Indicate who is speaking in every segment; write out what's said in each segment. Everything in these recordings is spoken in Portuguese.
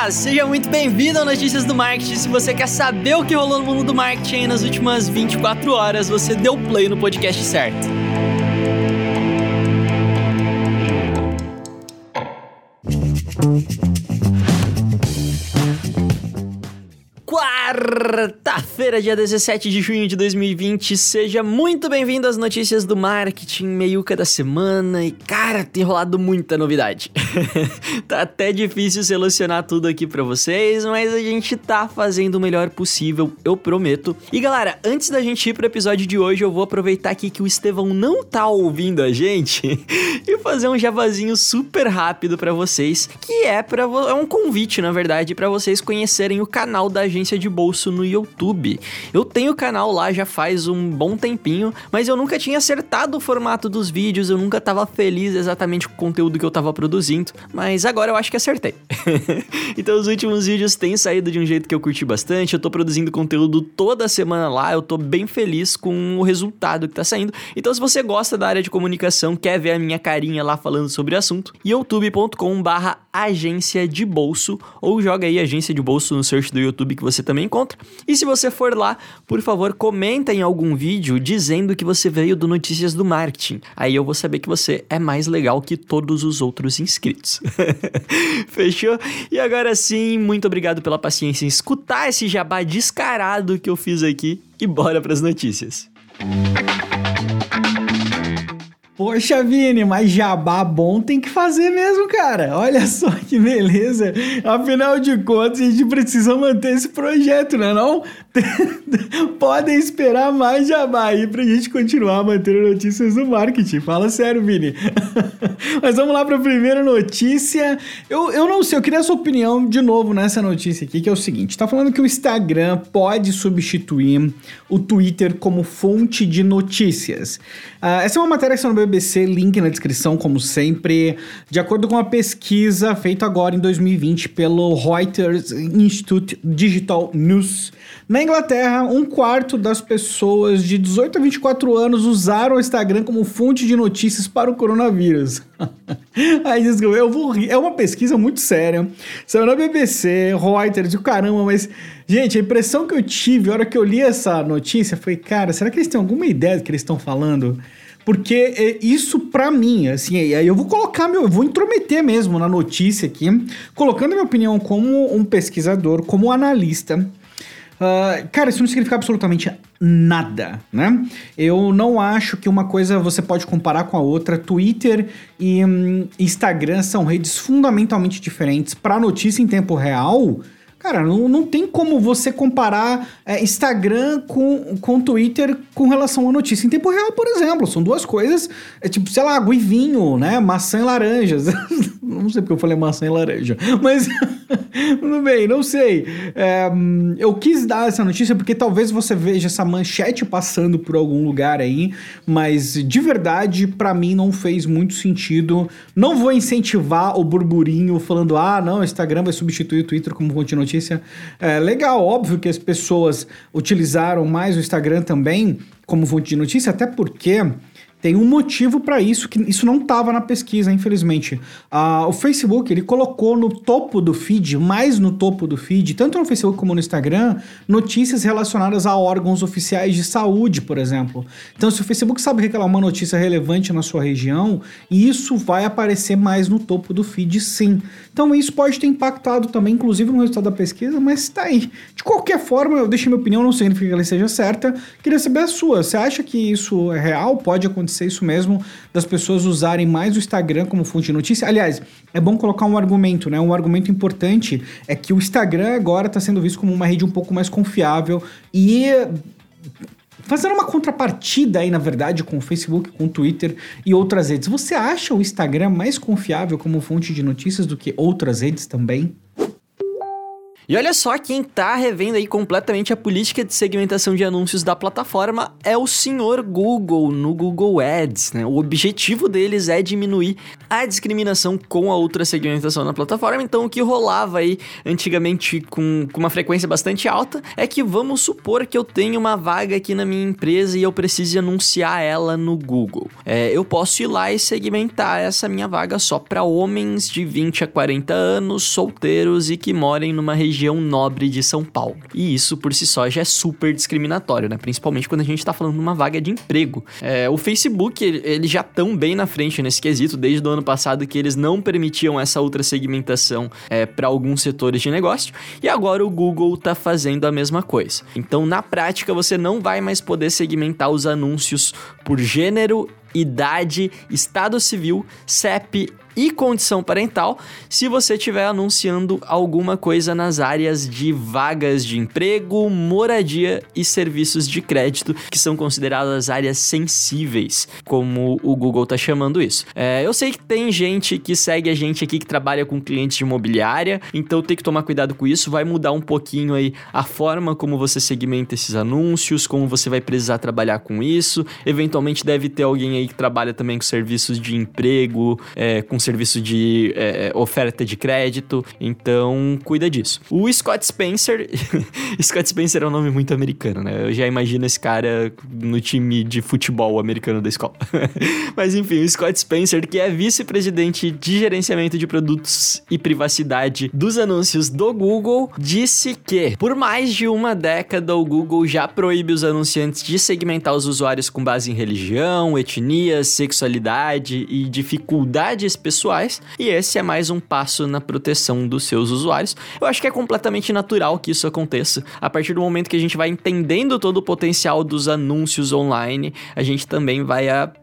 Speaker 1: Seja muito bem-vindo ao Notícias do Marketing. Se você quer saber o que rolou no mundo do marketing aí nas últimas 24 horas, você deu play no podcast certo. Quarta-feira, dia 17 de junho de 2020, seja muito bem-vindo às notícias do marketing, meiuca da semana e, cara, tem rolado muita novidade. Tá até difícil selecionar tudo aqui pra vocês, mas a gente tá fazendo o melhor possível, eu prometo. E galera, antes da gente ir pro episódio de hoje, eu vou aproveitar aqui que o Estevão não tá ouvindo a gente e fazer um jabazinho super rápido pra vocês, que é um convite, na verdade, pra vocês conhecerem o canal da Agência de Bolso no YouTube. Eu tenho o canal lá já faz um bom tempinho, mas eu nunca tinha acertado o formato dos vídeos, eu nunca tava feliz exatamente com o conteúdo que eu tava produzindo, mas agora eu acho que acertei. Então os últimos vídeos têm saído de um jeito que eu curti bastante, eu tô produzindo conteúdo toda semana lá, eu tô bem feliz com o resultado que tá saindo. Então se você gosta da área de comunicação, quer ver a minha carinha lá falando sobre o assunto, youtube.com/agência de bolso, ou joga aí Agência de Bolso no search do YouTube que você também encontra. E se você for lá, por favor, comenta em algum vídeo dizendo que você veio do Notícias do Marketing. Aí eu vou saber que você é mais legal que todos os outros inscritos. Fechou? E agora sim, muito obrigado pela paciência em escutar esse jabá descarado que eu fiz aqui e bora pras notícias.
Speaker 2: Poxa, Vini, mas jabá bom tem que fazer mesmo, cara. Olha só que beleza. Afinal de contas, a gente precisa manter esse projeto, né não? Podem esperar mais jabá aí pra gente continuar mantendo notícias do marketing. Fala sério, Vini. Mas vamos lá pra primeira notícia. Eu não sei, eu queria a sua opinião de novo nessa notícia aqui, que é o seguinte. Tá falando que o Instagram pode substituir o Twitter como fonte de notícias. Essa é uma matéria que está no BBC, link na descrição, como sempre. De acordo com uma pesquisa feita agora em 2020 pelo Reuters Institute Digital News, na Inglaterra, 1/4 das pessoas de 18 a 24 anos usaram o Instagram como fonte de notícias para o coronavírus. Aí eu vou rir. É uma pesquisa muito séria. Saiu na BBC, Reuters e o caramba, mas... Gente, a impressão que eu tive, a hora que eu li essa notícia, foi, cara, será que eles têm alguma ideia do que eles estão falando? Porque isso pra mim, assim, aí eu vou eu vou intrometer mesmo na notícia aqui, colocando a minha opinião como um pesquisador, como um analista. Cara, isso não significa absolutamente nada, né? Eu não acho que uma coisa você pode comparar com a outra. Twitter e Instagram são redes fundamentalmente diferentes. Para notícia em tempo real... Cara, não tem como você comparar Instagram com Twitter com relação à notícia em tempo real, por exemplo. São duas coisas, tipo, sei lá, água e vinho, né? Maçã e laranjas. Não sei porque eu falei maçã e laranja, mas tudo bem, não sei. Eu quis dar essa notícia porque talvez você veja essa manchete passando por algum lugar aí, mas de verdade, pra mim, não fez muito sentido. Não vou incentivar o burburinho falando, não, o Instagram vai substituir o Twitter como fonte de notícia. Legal, óbvio que as pessoas utilizaram mais o Instagram também como fonte de notícia, até porque tem um motivo para isso, que isso não estava na pesquisa, infelizmente. O Facebook, ele colocou no topo do feed, mais no topo do feed, tanto no Facebook como no Instagram, notícias relacionadas a órgãos oficiais de saúde, por exemplo. Então, se o Facebook sabe que aquela é uma notícia relevante na sua região, isso vai aparecer mais no topo do feed, sim. Então, isso pode ter impactado também, inclusive, no resultado da pesquisa, mas tá aí. De qualquer forma, eu deixei minha opinião, não significa que ela seja certa. Queria saber a sua. Você acha que isso é real? Pode acontecer isso mesmo, das pessoas usarem mais o Instagram como fonte de notícia? Aliás, é bom colocar um argumento, né? Um argumento importante é que o Instagram agora está sendo visto como uma rede um pouco mais confiável e... fazendo uma contrapartida aí, na verdade, com o Facebook, com o Twitter e outras redes. Você acha o Instagram mais confiável como fonte de notícias do que outras redes também?
Speaker 1: E olha só, quem tá revendo aí completamente a política de segmentação de anúncios da plataforma é o senhor Google, no Google Ads, né? O objetivo deles é diminuir a discriminação com a outra segmentação na plataforma. Então, o que rolava aí antigamente com uma frequência bastante alta é que, vamos supor que eu tenho uma vaga aqui na minha empresa e eu preciso anunciar ela no Google. Eu posso ir lá e segmentar essa minha vaga só para homens de 20 a 40 anos, solteiros e que morem numa região nobre de São Paulo. E isso por si só já é super discriminatório, né? Principalmente quando a gente tá falando de uma vaga de emprego. O Facebook, eles já estão bem na frente nesse quesito, desde o ano passado que eles não permitiam essa outra segmentação para alguns setores de negócio, e agora o Google tá fazendo a mesma coisa. Então, na prática, você não vai mais poder segmentar os anúncios por gênero, idade, estado civil, CEP e condição parental se você estiver anunciando alguma coisa nas áreas de vagas de emprego, moradia e serviços de crédito, que são consideradas áreas sensíveis, como o Google tá chamando isso. Eu sei que tem gente que segue a gente aqui que trabalha com clientes de imobiliária, então tem que tomar cuidado com isso, vai mudar um pouquinho aí a forma como você segmenta esses anúncios, como você vai precisar trabalhar com isso. Eventualmente deve ter alguém aí que trabalha também com serviços de emprego, com serviço de oferta de crédito, então cuida disso. O Scott Spencer Scott Spencer é um nome muito americano, né? Eu já imagino esse cara no time de futebol americano da escola. Mas enfim, o Scott Spencer, que é vice-presidente de gerenciamento de produtos e privacidade dos anúncios do Google, disse que por mais de uma década o Google já proíbe os anunciantes de segmentar os usuários com base em religião, etnia, sexualidade e dificuldades pessoais, e esse é mais um passo na proteção dos seus usuários. Eu acho que é completamente natural que isso aconteça. A partir do momento que a gente vai entendendo todo o potencial dos anúncios online, a gente também vai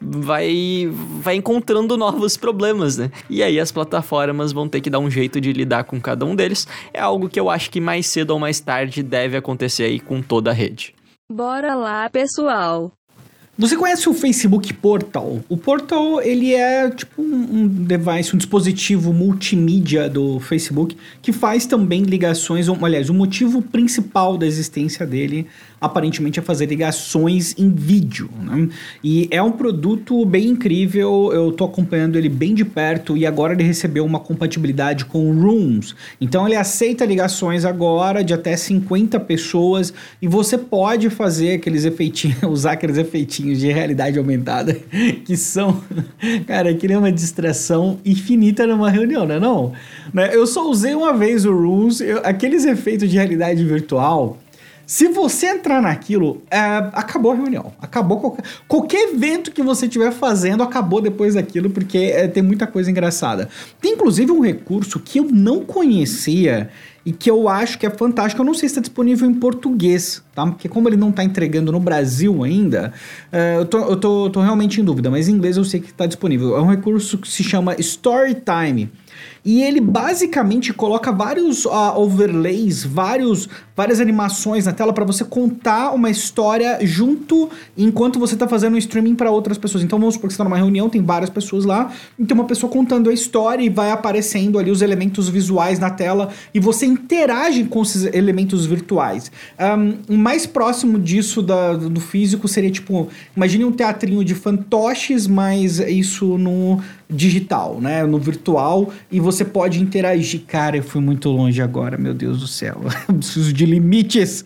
Speaker 1: encontrando novos problemas, né? E aí as plataformas vão ter que dar um jeito de lidar com cada um deles. É algo que eu acho que mais cedo ou mais tarde deve acontecer aí com toda a rede.
Speaker 3: Bora lá, pessoal!
Speaker 2: Você conhece o Facebook Portal? O Portal, ele é tipo um device, um dispositivo multimídia do Facebook que faz também ligações, aliás, o motivo principal da existência dele aparentemente é fazer ligações em vídeo, né? E é um produto bem incrível, eu tô acompanhando ele bem de perto e agora ele recebeu uma compatibilidade com Rooms. Então ele aceita ligações agora de até 50 pessoas e você pode fazer aqueles efeitinhos, usar aqueles efeitinhos de realidade aumentada que são, cara, que é uma distração infinita numa reunião, né? Não? Eu só usei uma vez o Rooms, aqueles efeitos de realidade virtual. Se você entrar naquilo, acabou a reunião. Acabou qualquer evento que você estiver fazendo, acabou depois daquilo, porque tem muita coisa engraçada. Tem inclusive um recurso que eu não conhecia e que eu acho que é fantástico. Eu não sei se está disponível em português, tá? Porque como ele não está entregando no Brasil ainda, eu tô realmente em dúvida, mas em inglês eu sei que está disponível. É um recurso que se chama Storytime. E ele basicamente coloca vários overlays, várias animações na tela para você contar uma história junto enquanto você está fazendo um streaming para outras pessoas. Então vamos supor que você está numa reunião, tem várias pessoas lá, e tem uma pessoa contando a história e vai aparecendo ali os elementos visuais na tela e você interage com esses elementos virtuais. O mais próximo disso do físico seria tipo, imagine um teatrinho de fantoches, mas isso no digital, né, no virtual, e você pode interagir. Cara, eu fui muito longe agora, meu Deus do céu. Eu preciso de limites.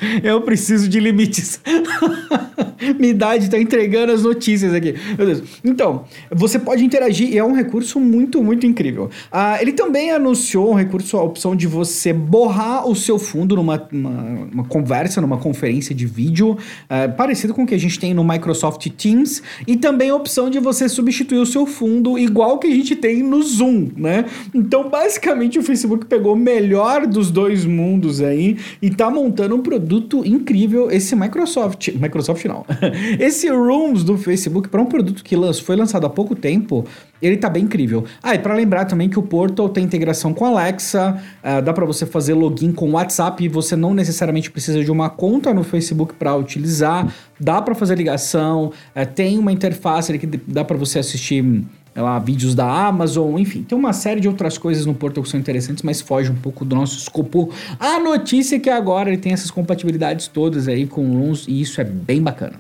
Speaker 2: Minha idade tá entregando as notícias aqui. Meu Deus. Então, você pode interagir e é um recurso muito, muito incrível. Ele também anunciou um recurso, a opção de você borrar o seu fundo numa conversa, numa conferência de vídeo, parecido com o que a gente tem no Microsoft Teams, e também a opção de você substituir o seu fundo igual que a gente tem no Zoom, né? Então, basicamente, o Facebook pegou o melhor dos dois mundos aí e tá montando um produto incrível. Esse Microsoft não. Esse Rooms do Facebook, para um produto que foi lançado há pouco tempo, ele tá bem incrível. E para lembrar também que o Portal tem integração com Alexa, dá para você fazer login com o WhatsApp e você não necessariamente precisa de uma conta no Facebook para utilizar, dá para fazer ligação, tem uma interface ali que dá para você assistir lá, vídeos da Amazon, enfim, tem uma série de outras coisas no portal que são interessantes, mas foge um pouco do nosso escopo. A notícia é que agora ele tem essas compatibilidades todas aí com o Loons e isso é bem bacana.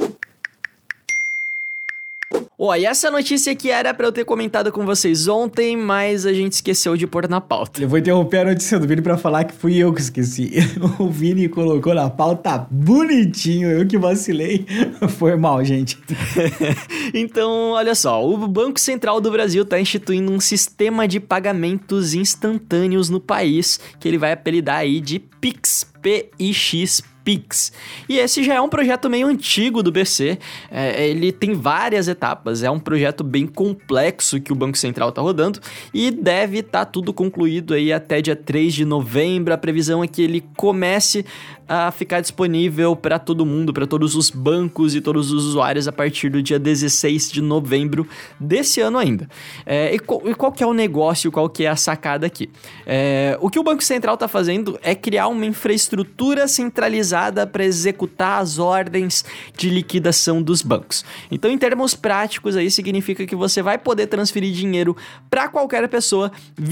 Speaker 1: E essa notícia aqui era pra eu ter comentado com vocês ontem, mas a gente esqueceu de pôr na pauta.
Speaker 2: Eu vou interromper a notícia do Vini pra falar que fui eu que esqueci. O Vini colocou na pauta bonitinho, eu que vacilei. Foi mal, gente.
Speaker 1: Então, olha só, o Banco Central do Brasil tá instituindo um sistema de pagamentos instantâneos no país, que ele vai apelidar aí de PIX, P-I-X, PIX. E esse já é um projeto meio antigo do BC, ele tem várias etapas, é um projeto bem complexo que o Banco Central está rodando e deve estar tudo concluído aí até dia 3 de novembro, a previsão é que ele comece a ficar disponível para todo mundo, para todos os bancos e todos os usuários a partir do dia 16 de novembro desse ano ainda. E qual que é o negócio, qual que é a sacada aqui? O que o Banco Central está fazendo é criar uma infraestrutura centralizada para executar as ordens de liquidação dos bancos. Então, em termos práticos, aí significa que você vai poder transferir dinheiro para qualquer pessoa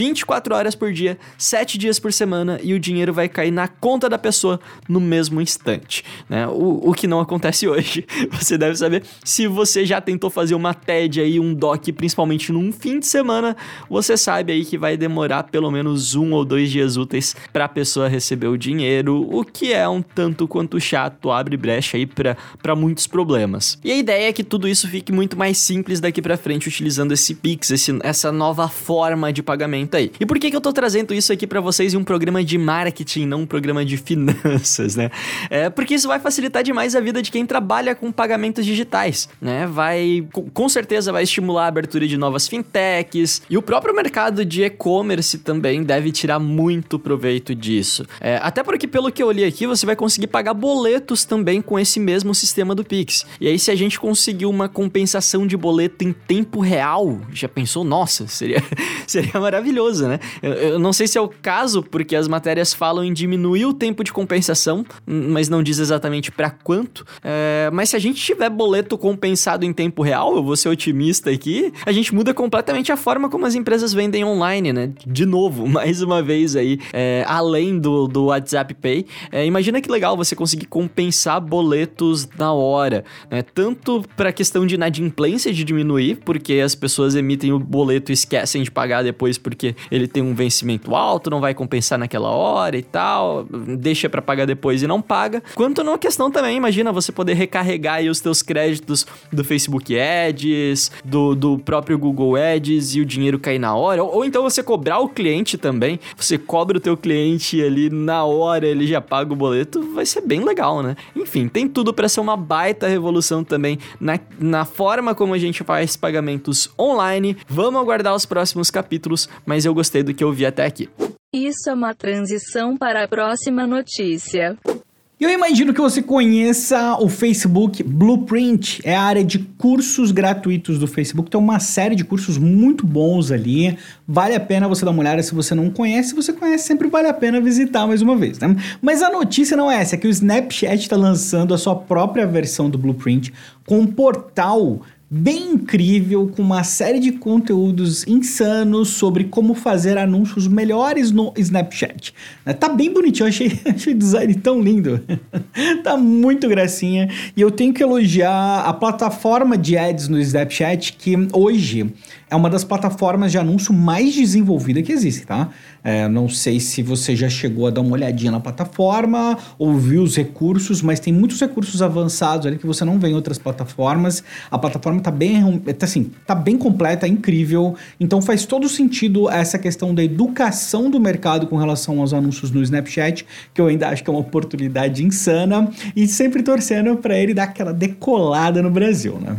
Speaker 1: 24 horas por dia, 7 dias por semana e o dinheiro vai cair na conta da pessoa no mesmo instante, né? O que não acontece hoje. Você deve saber, se você já tentou fazer uma TED aí, um DOC, principalmente num fim de semana, você sabe aí que vai demorar pelo menos 1 ou 2 dias úteis para a pessoa receber o dinheiro, o que é um tanto quanto chato, abre brecha aí para muitos problemas. E a ideia é que tudo isso fique muito mais simples daqui para frente utilizando esse Pix, essa nova forma de pagamento aí. E por que eu tô trazendo isso aqui para vocês em um programa de marketing, não um programa de finanças, né? Porque isso vai facilitar demais a vida de quem trabalha com pagamentos digitais, né? Com certeza vai estimular a abertura de novas fintechs e o próprio mercado de e-commerce também deve tirar muito proveito disso. Até porque, pelo que eu li aqui, você vai conseguir pagar boletos também com esse mesmo sistema do Pix. E aí, se a gente conseguir uma compensação de boleto em tempo real, já pensou? Nossa, seria maravilhoso, né? Eu não sei se é o caso, porque as matérias falam em diminuir o tempo de compensação, mas não diz exatamente para quanto. Mas se a gente tiver boleto compensado em tempo real, eu vou ser otimista aqui, a gente muda completamente a forma como as empresas vendem online, né? De novo, mais uma vez aí, além do WhatsApp Pay, imagina que legal você conseguir compensar boletos na hora, né? Tanto para a questão de inadimplência de diminuir, porque as pessoas emitem o boleto e esquecem de pagar depois porque ele tem um vencimento alto, não vai compensar naquela hora e tal, deixa para pagar depois e não paga. Quanto na questão também, imagina você poder recarregar aí os teus créditos do Facebook Ads, do próprio Google Ads e o dinheiro cair na hora, ou então você cobrar o cliente também, você cobra o teu cliente ali na hora, ele já paga o boleto, vai ser bem legal, né? Enfim, tem tudo para ser uma baita revolução também na forma como a gente faz pagamentos online. Vamos aguardar os próximos capítulos, mas eu gostei do que eu vi até aqui.
Speaker 3: Isso é uma transição para a próxima notícia.
Speaker 2: Eu imagino que você conheça o Facebook Blueprint, é a área de cursos gratuitos do Facebook, tem uma série de cursos muito bons ali, vale a pena você dar uma olhada. Se você não conhece, se você conhece, sempre vale a pena visitar mais uma vez, né? Mas a notícia não é essa, é que o Snapchat está lançando a sua própria versão do Blueprint com um portal bem incrível, com uma série de conteúdos insanos sobre como fazer anúncios melhores no Snapchat. Tá bem bonitinho, eu achei o design tão lindo. Tá muito gracinha. E eu tenho que elogiar a plataforma de ads no Snapchat, que hoje é uma das plataformas de anúncio mais desenvolvida que existe, tá? Não sei se você já chegou a dar uma olhadinha na plataforma ou viu os recursos, mas tem muitos recursos avançados ali que você não vê em outras plataformas. A plataforma tá bem completa, é incrível. Então faz todo sentido essa questão da educação do mercado com relação aos anúncios no Snapchat, que eu ainda acho que é uma oportunidade insana, e sempre torcendo para ele dar aquela decolada no Brasil, né?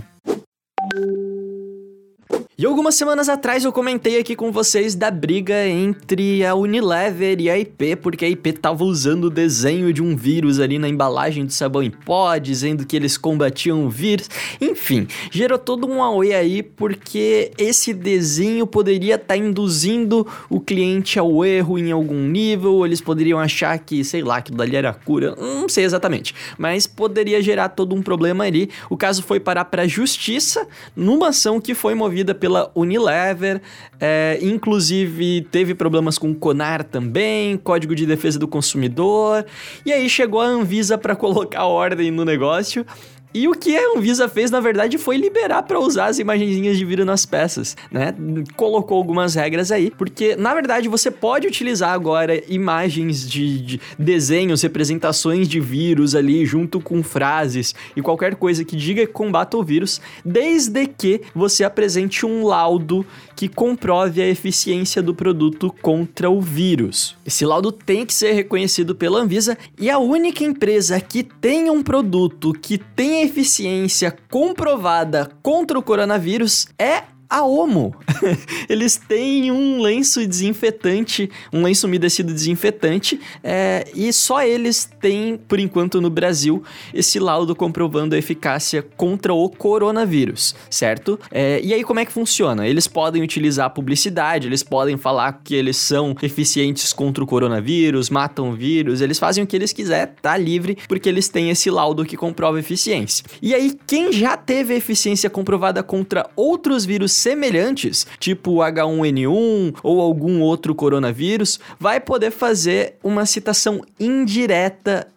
Speaker 1: E algumas semanas atrás eu comentei aqui com vocês da briga entre a Unilever e a IP, porque a IP tava usando o desenho de um vírus ali na embalagem do sabão em pó, dizendo que eles combatiam o vírus. Enfim, gerou todo um auê aí, porque esse desenho poderia estar induzindo o cliente ao erro em algum nível, eles poderiam achar que, sei lá, aquilo dali era cura, não sei exatamente, mas poderia gerar todo um problema ali. O caso foi parar para a justiça, numa ação que foi movida pela Unilever, inclusive teve problemas com o CONAR também, Código de Defesa do Consumidor, e aí chegou a Anvisa para colocar ordem no negócio. E o que a Anvisa fez, na verdade, foi liberar para usar as imagenzinhas de vírus nas peças, né? Colocou algumas regras aí, porque, na verdade, você pode utilizar agora imagens de desenhos, representações de vírus ali, junto com frases e qualquer coisa que diga que combata o vírus, desde que você apresente um laudo que comprove a eficiência do produto contra o vírus. Esse laudo tem que ser reconhecido pela Anvisa, e a única empresa que tem um produto que tem eficiência comprovada contra o coronavírus é a Omo. Eles têm um lenço desinfetante, um lenço umedecido desinfetante, e só eles têm, por enquanto no Brasil, esse laudo comprovando a eficácia contra o coronavírus, certo? E aí como é que funciona? Eles podem utilizar publicidade, eles podem falar que eles são eficientes contra o coronavírus, matam o vírus, eles fazem o que eles quiserem, tá livre, porque eles têm esse laudo que comprova a eficiência. E aí quem já teve eficiência comprovada contra outros vírus semelhantes, tipo H1N1 ou algum outro coronavírus, vai poder fazer uma citação indireta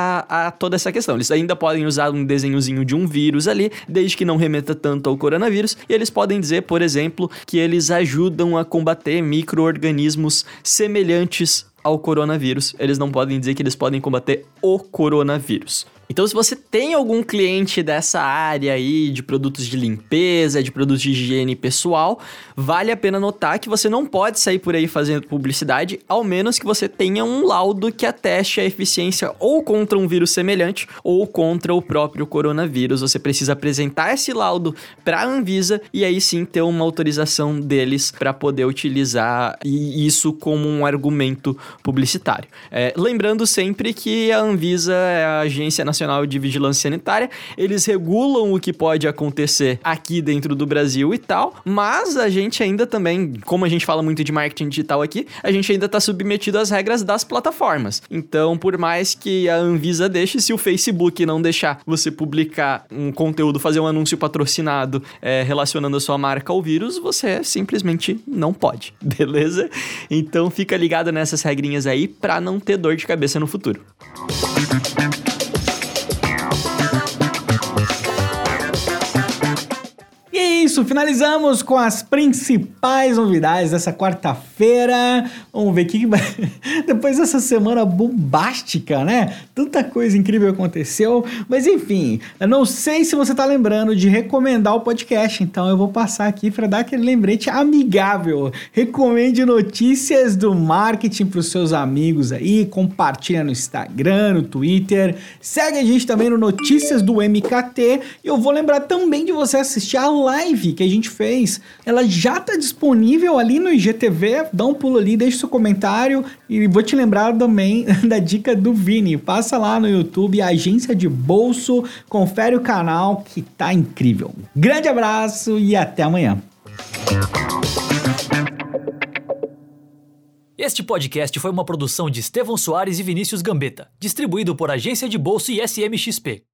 Speaker 1: a toda essa questão. Eles ainda podem usar um desenhozinho de um vírus ali, desde que não remeta tanto ao coronavírus, e eles podem dizer, por exemplo, que eles ajudam a combater micro-organismos semelhantes ao coronavírus. Eles não podem dizer que eles podem combater o coronavírus. Então, se você tem algum cliente dessa área aí de produtos de limpeza, de produtos de higiene pessoal, vale a pena notar que você não pode sair por aí fazendo publicidade, ao menos que você tenha um laudo que ateste a eficiência ou contra um vírus semelhante ou contra o próprio coronavírus. Você precisa apresentar esse laudo para a Anvisa e aí sim ter uma autorização deles para poder utilizar isso como um argumento publicitário. Lembrando sempre que a Anvisa é a Agência Nacional de Vigilância Sanitária, eles regulam o que pode acontecer aqui dentro do Brasil e tal, mas a gente ainda também, como a gente fala muito de marketing digital aqui, a gente ainda está submetido às regras das plataformas. Então, por mais que a Anvisa deixe, se o Facebook não deixar você publicar um conteúdo, fazer um anúncio patrocinado relacionando a sua marca ao vírus, você simplesmente não pode, beleza? Então, fica ligado nessas regrinhas aí para não ter dor de cabeça no futuro.
Speaker 2: E é isso, finalizamos com as principais novidades dessa quarta-feira. Vamos ver o que vai... Depois dessa semana bombástica, né? Tanta coisa incrível aconteceu. Mas enfim, eu não sei se você tá lembrando de recomendar o podcast, então eu vou passar aqui para dar aquele lembrete amigável. Recomende Notícias do Marketing para os seus amigos aí, compartilha no Instagram, no Twitter, segue a gente também no Notícias do MKT. E eu vou lembrar também de você assistir a live que a gente fez. Ela já tá disponível ali no IGTV, dá um pulo ali, deixa seu comentário e vou te lembrar também da dica do Vini. Passa lá no YouTube, Agência de Bolso, confere o canal que tá incrível. Grande abraço e até amanhã.
Speaker 4: Este podcast foi uma produção de Estevão Soares e Vinícius Gambetta, distribuído por Agência de Bolso e SMXP.